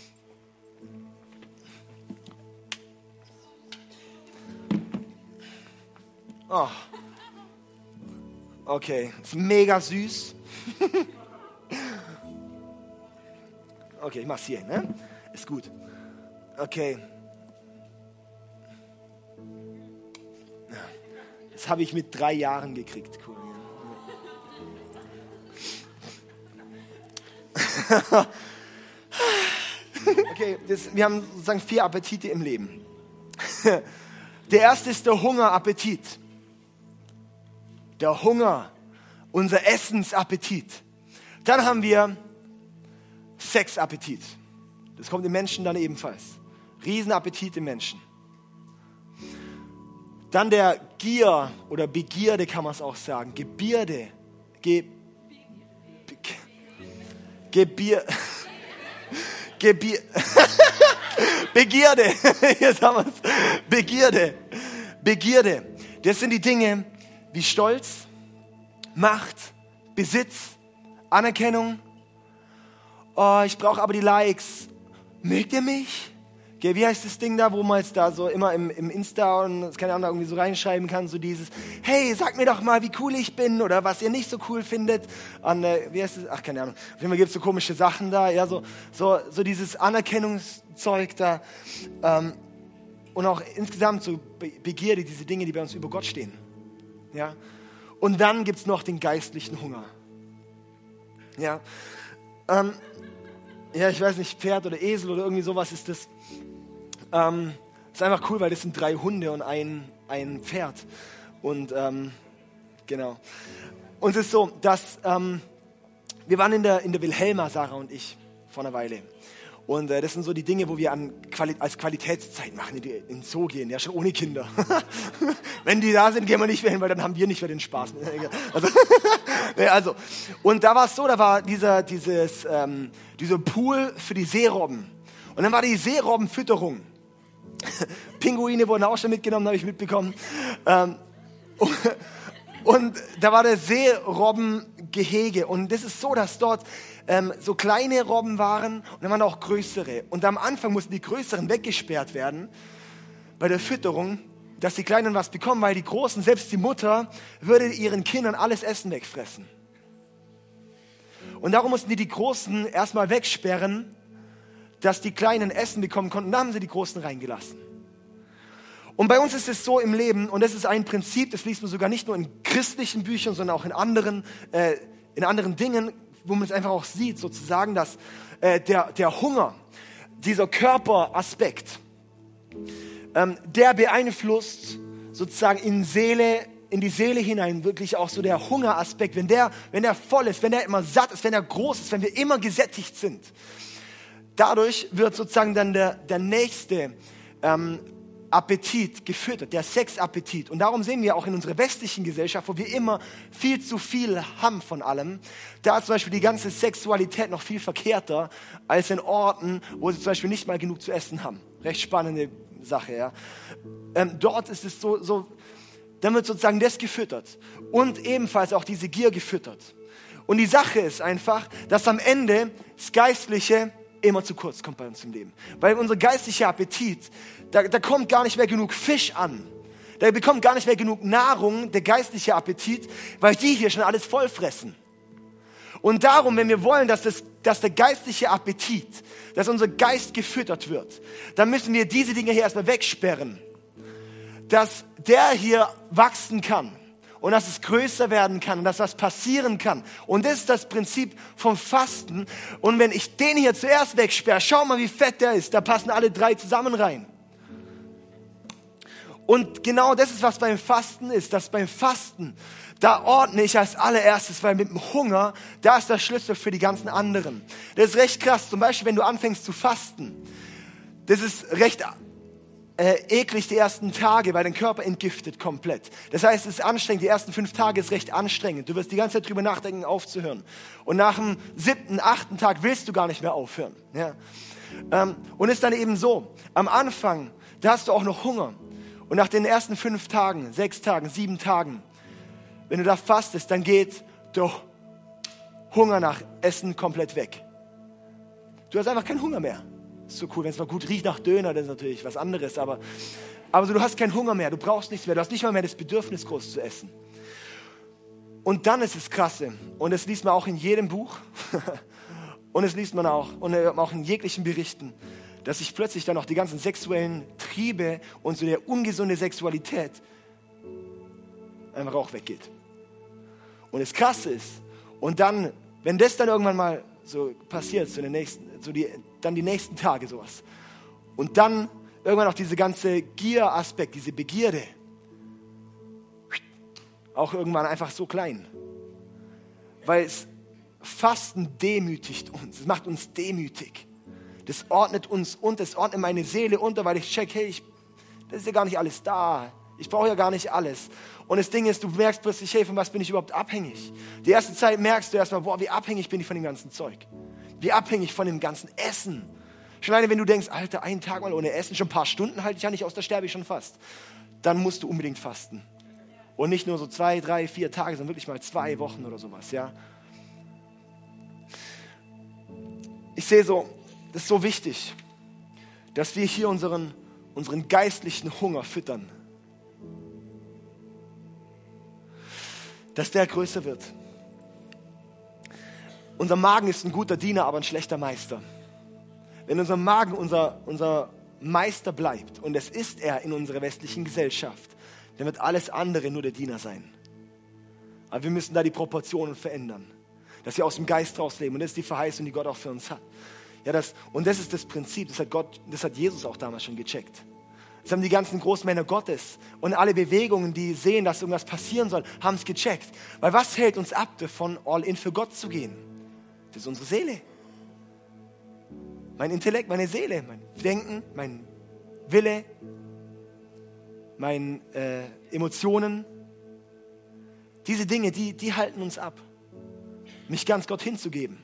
[SPEAKER 1] Oh. Okay, ist mega süß. Okay, ich mach's hier, ne? Ist gut. Okay. Das habe ich mit drei Jahren gekriegt. Cool. Ja. Okay, das, wir haben sozusagen vier Appetite im Leben. Der erste ist der Hungerappetit. Der Hunger, unser Essensappetit. Dann haben wir Sexappetit. Das kommt im Menschen dann ebenfalls. Riesenappetit im Menschen. Dann der Gier oder Begierde kann man es auch sagen. Gebierde. Ge, Be, Gebier, Gebier, Begierde. Jetzt haben wir es. Begierde. Begierde. Das sind die Dinge wie Stolz, Macht, Besitz, Anerkennung. Oh, ich brauche aber die Likes. Mögt ihr mich? Okay, wie heißt das Ding da, wo man jetzt da so immer im, im Insta und das keine Ahnung irgendwie so reinschreiben kann, so dieses, hey, sag mir doch mal, wie cool ich bin oder was ihr nicht so cool findet. Und, äh, wie heißt das? Ach, keine Ahnung. Auf jeden Fall gibt es so komische Sachen da, ja, so, so, so dieses Anerkennungszeug da. Ähm, und auch insgesamt so Begierde, diese Dinge, die bei uns über Gott stehen. Ja? Und dann gibt es noch den geistlichen Hunger. Ja, ähm, ja, ich weiß nicht, Pferd oder Esel oder irgendwie sowas ist das. Ähm, ist einfach cool, weil das sind drei Hunde und ein, ein Pferd. Und ähm, genau. Und es ist so, dass ähm, wir waren in der, in der Wilhelma, Sarah und ich, vor einer Weile. Und äh, das sind so die Dinge, wo wir an Quali- als Qualitätszeit machen, die in den Zoo gehen, ja, schon ohne Kinder. Wenn die da sind, gehen wir nicht mehr hin, weil dann haben wir nicht mehr den Spaß. Also, nee, also. Und da war es so, da war dieser, dieses, ähm, dieser Pool für die Seerobben. Und dann war die Seerobbenfütterung. Pinguine wurden auch schon mitgenommen, habe ich mitbekommen. Ähm, und, und da war der Seerobbengehege. Und das ist so, dass dort ähm, so kleine Robben waren und dann waren auch größere. Und am Anfang mussten die größeren weggesperrt werden bei der Fütterung, dass die Kleinen was bekommen, weil die Großen, selbst die Mutter, würde ihren Kindern alles Essen wegfressen. Und darum mussten die die Großen erstmal wegsperren, dass die Kleinen Essen bekommen konnten. Dann haben sie die Großen reingelassen. Und bei uns ist es so im Leben, und das ist ein Prinzip, das liest man sogar nicht nur in christlichen Büchern, sondern auch in anderen, äh, in anderen Dingen, wo man es einfach auch sieht, sozusagen, dass äh, der, der Hunger, dieser Körperaspekt, ähm, der beeinflusst sozusagen in Seele, in die Seele hinein wirklich auch so der Hungeraspekt, wenn der, wenn der voll ist, wenn der immer satt ist, wenn der groß ist, wenn wir immer gesättigt sind. Dadurch wird sozusagen dann der, der nächste ähm, Appetit gefüttert, der Sexappetit. Und darum sehen wir auch in unserer westlichen Gesellschaft, wo wir immer viel zu viel haben von allem, da ist zum Beispiel die ganze Sexualität noch viel verkehrter als in Orten, wo sie zum Beispiel nicht mal genug zu essen haben. Recht spannende Sache, ja. Ähm, dort ist es so, so, dann wird sozusagen das gefüttert und ebenfalls auch diese Gier gefüttert. Und die Sache ist einfach, dass am Ende das Geistliche immer zu kurz kommt bei uns im Leben. Weil unser geistlicher Appetit, da, da kommt gar nicht mehr genug Fisch an. Da bekommt gar nicht mehr genug Nahrung, der geistliche Appetit, weil die hier schon alles vollfressen. Und darum, wenn wir wollen, dass, das, dass der geistliche Appetit, dass unser Geist gefüttert wird, dann müssen wir diese Dinge hier erstmal wegsperren. Dass der hier wachsen kann. Und dass es größer werden kann und dass was passieren kann. Und das ist das Prinzip vom Fasten. Und wenn ich den hier zuerst wegsperre, schau mal, wie fett der ist. Da passen alle drei zusammen rein. Und genau das ist, was beim Fasten ist. Dass beim Fasten, da ordne ich als allererstes, weil mit dem Hunger, da ist der Schlüssel für die ganzen anderen. Das ist recht krass. Zum Beispiel, wenn du anfängst zu fasten. Das ist recht Äh, eklig die ersten Tage, weil dein Körper entgiftet komplett. Das heißt, es ist anstrengend. Die ersten fünf Tage ist recht anstrengend. Du wirst die ganze Zeit drüber nachdenken, aufzuhören. Und nach dem siebten, achten Tag willst du gar nicht mehr aufhören. Ja. Ähm, und es ist dann eben so, am Anfang, da hast du auch noch Hunger. Und nach den ersten fünf Tagen, sechs Tagen, sieben Tagen, wenn du da fastest, dann geht der Hunger nach Essen komplett weg. Du hast einfach keinen Hunger mehr. Ist so cool, wenn es mal gut riecht nach Döner, das ist natürlich was anderes, aber, aber so, du hast keinen Hunger mehr, du brauchst nichts mehr, du hast nicht mal mehr das Bedürfnis, groß zu essen. Und dann ist es Krasse, und das liest man auch in jedem Buch, und das liest man auch, und auch in jeglichen Berichten, dass sich plötzlich dann auch die ganzen sexuellen Triebe und so der ungesunde Sexualität einfach auch weggeht. Und das Krasse ist, und dann, wenn das dann irgendwann mal so passiert, so, in den nächsten, so die, dann die nächsten Tage sowas. Und dann irgendwann auch diese ganze Gier-Aspekt, diese Begierde. Auch irgendwann einfach so klein. Weil es Fasten demütigt uns. Es macht uns demütig. Das ordnet uns und es ordnet meine Seele unter, weil ich check, hey, ich, das ist ja gar nicht alles da. Ich brauche ja gar nicht alles. Und das Ding ist, du merkst plötzlich, hey, von was bin ich überhaupt abhängig? Die erste Zeit merkst du erstmal, boah, wie abhängig bin ich von dem ganzen Zeug. Wie abhängig von dem ganzen Essen. Schon alleine, wenn du denkst, Alter, einen Tag mal ohne Essen, schon ein paar Stunden halte ich ja nicht aus, da sterbe ich schon fast. Dann musst du unbedingt fasten. Und nicht nur so zwei, drei, vier Tage, sondern wirklich mal zwei Wochen oder sowas, ja. Ich sehe so, das ist so wichtig, dass wir hier unseren, unseren geistlichen Hunger füttern. Dass der größer wird. Unser Magen ist ein guter Diener, aber ein schlechter Meister. Wenn unser Magen unser, unser Meister bleibt, und es ist er in unserer westlichen Gesellschaft, dann wird alles andere nur der Diener sein. Aber wir müssen da die Proportionen verändern. dass wir aus dem Geist rausleben. Und das ist die Verheißung, die Gott auch für uns hat. Ja, das, und das ist das Prinzip, das hat, Gott, das hat Jesus auch damals schon gecheckt. Das haben die ganzen Großmänner Gottes und alle Bewegungen, die sehen, dass irgendwas passieren soll, haben es gecheckt. Weil was hält uns ab davon, all in für Gott zu gehen? Das ist unsere Seele. Mein Intellekt, meine Seele, mein Denken, mein Wille, meine äh, Emotionen. Diese Dinge, die, die halten uns ab, mich ganz Gott hinzugeben.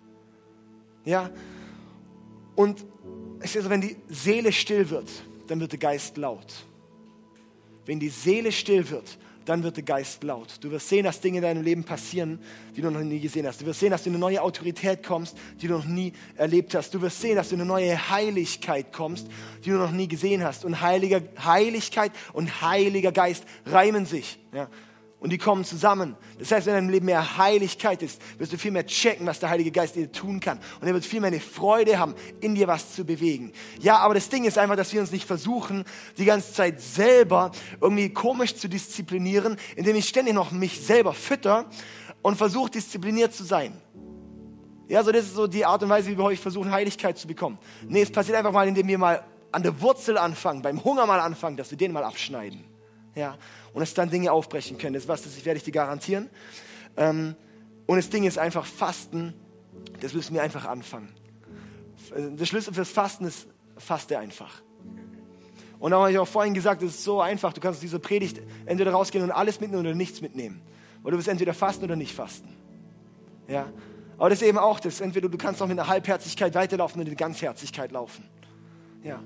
[SPEAKER 1] Ja, und ich sehe so, wenn die Seele still wird, dann wird der Geist laut. Wenn die Seele still wird, dann wird der Geist laut. Du wirst sehen, dass Dinge in deinem Leben passieren, die du noch nie gesehen hast. Du wirst sehen, dass du in eine neue Autorität kommst, die du noch nie erlebt hast. Du wirst sehen, dass du in eine neue Heiligkeit kommst, die du noch nie gesehen hast. Und Heiliger, Heiligkeit und Heiliger Geist reimen sich. Ja. Und die kommen zusammen. Das heißt, wenn in deinem Leben mehr Heiligkeit ist, wirst du viel mehr checken, was der Heilige Geist dir tun kann. Und er wird viel mehr eine Freude haben, in dir was zu bewegen. Ja, aber das Ding ist einfach, dass wir uns nicht versuchen, die ganze Zeit selber irgendwie komisch zu disziplinieren, indem ich ständig noch mich selber fütter und versuche, diszipliniert zu sein. Ja, so das ist so die Art und Weise, wie wir häufig versuchen, Heiligkeit zu bekommen. Nee, es passiert einfach mal, indem wir mal an der Wurzel anfangen, beim Hunger mal anfangen, dass wir den mal abschneiden. Ja, und es dann Dinge aufbrechen können. Das ist was, das werde ich dir garantieren. Ähm, und das Ding ist einfach Fasten, das müssen wir einfach anfangen. Der Schlüssel fürs Fasten ist, faste einfach. Und da habe ich auch vorhin gesagt, das ist so einfach. Du kannst aus dieser Predigt entweder rausgehen und alles mitnehmen oder nichts mitnehmen. Weil du wirst entweder fasten oder nicht fasten. Ja, aber das ist eben auch das. Entweder du kannst auch mit einer Halbherzigkeit weiterlaufen oder mit einer Ganzherzigkeit laufen. Ja.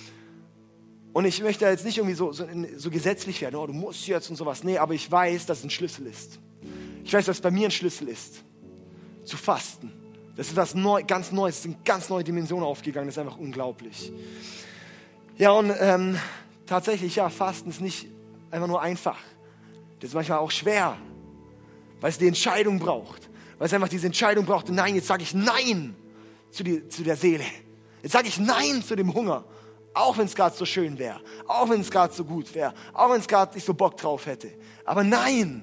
[SPEAKER 1] Und ich möchte jetzt nicht irgendwie so, so, so gesetzlich werden, oh, du musst jetzt und sowas. Nee, aber ich weiß, dass es ein Schlüssel ist. Ich weiß, dass es bei mir ein Schlüssel ist, zu fasten. Das ist was neu, ganz Neues, es sind ganz neue Dimensionen aufgegangen, das ist einfach unglaublich. Ja, und ähm, tatsächlich, ja, Fasten ist nicht einfach nur einfach. Das ist manchmal auch schwer, weil es die Entscheidung braucht. Weil es einfach diese Entscheidung braucht, nein, jetzt sage ich Nein zu, die, zu der Seele. Jetzt sage ich Nein zu dem Hunger. Auch wenn es gerade so schön wäre, auch wenn es gerade so gut wäre, auch wenn es gerade nicht so Bock drauf hätte. Aber nein.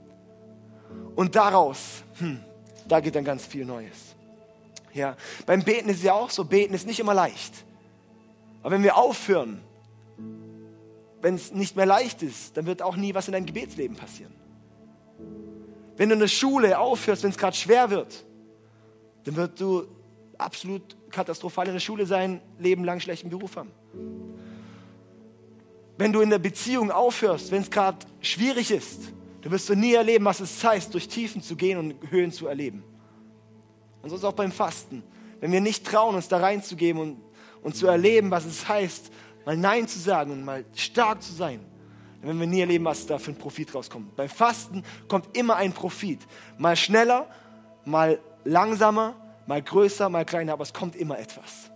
[SPEAKER 1] Und daraus, hm, da geht dann ganz viel Neues. Ja, beim Beten ist es ja auch so, Beten ist nicht immer leicht. Aber wenn wir aufhören, wenn es nicht mehr leicht ist, dann wird auch nie was in deinem Gebetsleben passieren. Wenn du in der Schule aufhörst, wenn es gerade schwer wird, dann wirst du absolut katastrophal in der Schule sein, Leben lang schlechten Beruf haben. Wenn du in der Beziehung aufhörst, wenn es gerade schwierig ist, dann wirst du nie erleben, was es heißt, durch Tiefen zu gehen und Höhen zu erleben. Und so ist es auch beim Fasten. Wenn wir nicht trauen, uns da reinzugeben und, und zu erleben, was es heißt, mal Nein zu sagen und mal stark zu sein, dann werden wir nie erleben, was da für ein Profit rauskommt. Beim Fasten kommt immer ein Profit. Mal schneller, mal langsamer, mal größer, mal kleiner, aber es kommt immer etwas.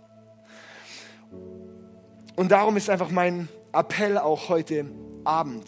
[SPEAKER 1] Und darum ist einfach mein Appell auch heute Abend.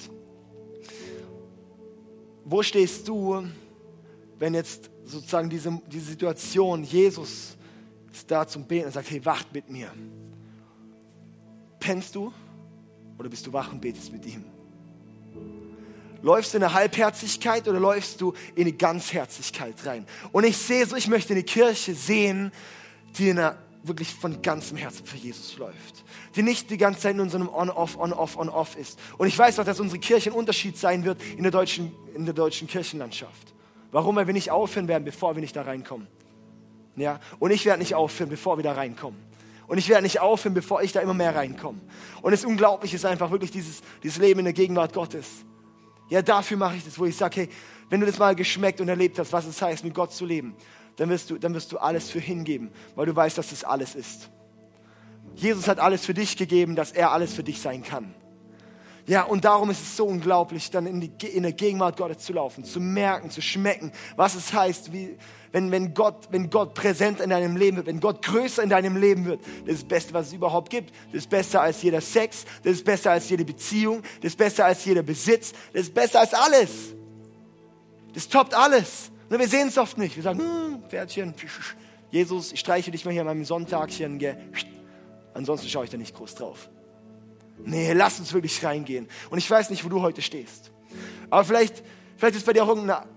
[SPEAKER 1] Wo stehst du, wenn jetzt sozusagen diese, diese Situation, Jesus ist da zum Beten und sagt, hey, wacht mit mir. Pennst du oder bist du wach und betest mit ihm? Läufst du in eine Halbherzigkeit oder läufst du in eine Ganzherzigkeit rein? Und ich sehe so, ich möchte eine Kirche sehen, die in einer, wirklich von ganzem Herzen für Jesus läuft. Die nicht die ganze Zeit nur in so einem On-Off, On-Off, On-Off ist. Und ich weiß auch, dass unsere Kirche ein Unterschied sein wird in der deutschen, in der deutschen Kirchenlandschaft. Warum? Weil wir nicht aufhören werden, bevor wir nicht da reinkommen. Ja? Und ich werde nicht aufhören, bevor wir da reinkommen. Und ich werde nicht aufhören, bevor ich da immer mehr reinkomme. Und das Unglaubliche ist einfach wirklich dieses, dieses Leben in der Gegenwart Gottes. Ja, dafür mache ich das, wo ich sage, hey, wenn du das mal geschmeckt und erlebt hast, was es heißt, mit Gott zu leben, dann wirst du, dann wirst du alles für hingeben, weil du weißt, dass das alles ist. Jesus hat alles für dich gegeben, dass er alles für dich sein kann. Ja, und darum ist es so unglaublich, dann in, die, in der Gegenwart Gottes zu laufen, zu merken, zu schmecken, was es heißt, wie, wenn, wenn, Gott, wenn Gott präsent in deinem Leben wird, wenn Gott größer in deinem Leben wird. Das ist das Beste, was es überhaupt gibt. Das ist besser als jeder Sex, das ist besser als jede Beziehung, das ist besser als jeder Besitz, das ist besser als alles. Das toppt alles. Nur wir sehen es oft nicht. Wir sagen, hm, Pferdchen, Jesus, ich streiche dich mal hier an meinem Sonntagchen, gell. Ansonsten schaue ich da nicht groß drauf. Nee, lass uns wirklich reingehen. Und ich weiß nicht, wo du heute stehst. Aber vielleicht, vielleicht ist bei dir auch irgendeine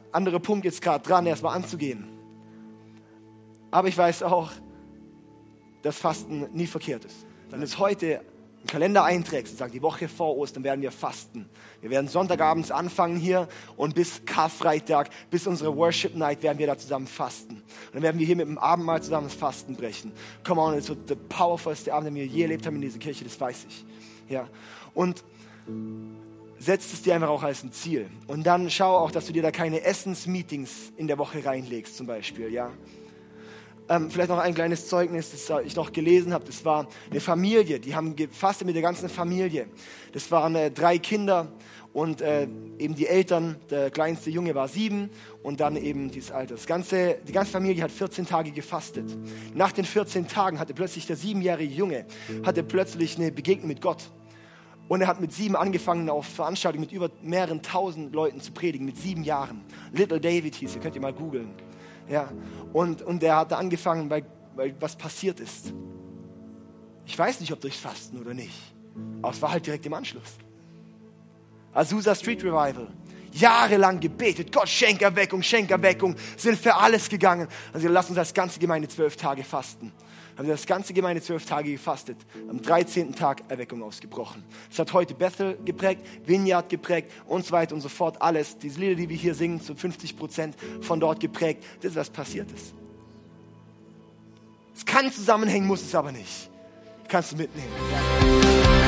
[SPEAKER 1] andere Punkt jetzt gerade dran, erstmal anzugehen. Aber ich weiß auch, dass Fasten nie verkehrt ist. Wenn du es heute im Kalender einträgst und sagst, die Woche vor Ostern werden wir fasten. Wir werden Sonntagabends anfangen hier und bis Karfreitag, bis unsere Worship Night werden wir da zusammen fasten. Und dann werden wir hier mit dem Abendmahl zusammen das Fasten brechen. Come on, es wird der powerfulste Abend, den wir je erlebt haben in dieser Kirche, das weiß ich. Ja. Und setzt es dir einfach auch als ein Ziel. Und dann schau auch, dass du dir da keine Essensmeetings in der Woche reinlegst zum Beispiel, ja. Ähm, vielleicht noch ein kleines Zeugnis, das ich noch gelesen habe. Das war eine Familie, die haben gefastet mit der ganzen Familie. Das waren äh, drei Kinder und äh, eben die Eltern, der kleinste Junge war sieben und dann eben dieses Alter. Das ganze, die ganze Familie hat vierzehn Tage gefastet. Nach den vierzehn Tagen hatte plötzlich der siebenjährige Junge, hatte plötzlich eine Begegnung mit Gott. Und er hat mit sieben angefangen, auf Veranstaltungen mit über mehreren tausend Leuten zu predigen, mit sieben Jahren. Little David hieß er, könnt ihr mal googeln. Ja, und, und er hat da angefangen, weil, weil was passiert ist. Ich weiß nicht, ob durch Fasten oder nicht, aber es war halt direkt im Anschluss. Azusa Street Revival, jahrelang gebetet, Gott, schenk Erweckung, schenk Erweckung, sind für alles gegangen. Also lass uns als ganze Gemeinde zwölf Tage fasten. Haben wir das ganze Gemeinde zwölf Tage gefastet. Am dreizehnten Tag Erweckung ausgebrochen. Das hat heute Bethel geprägt, Vineyard geprägt und so weiter und so fort. Alles, diese Lieder, die wir hier singen, zu fünfzig Prozent von dort geprägt. Das ist, was passiert ist. Es kann zusammenhängen, muss es aber nicht. Kannst du mitnehmen.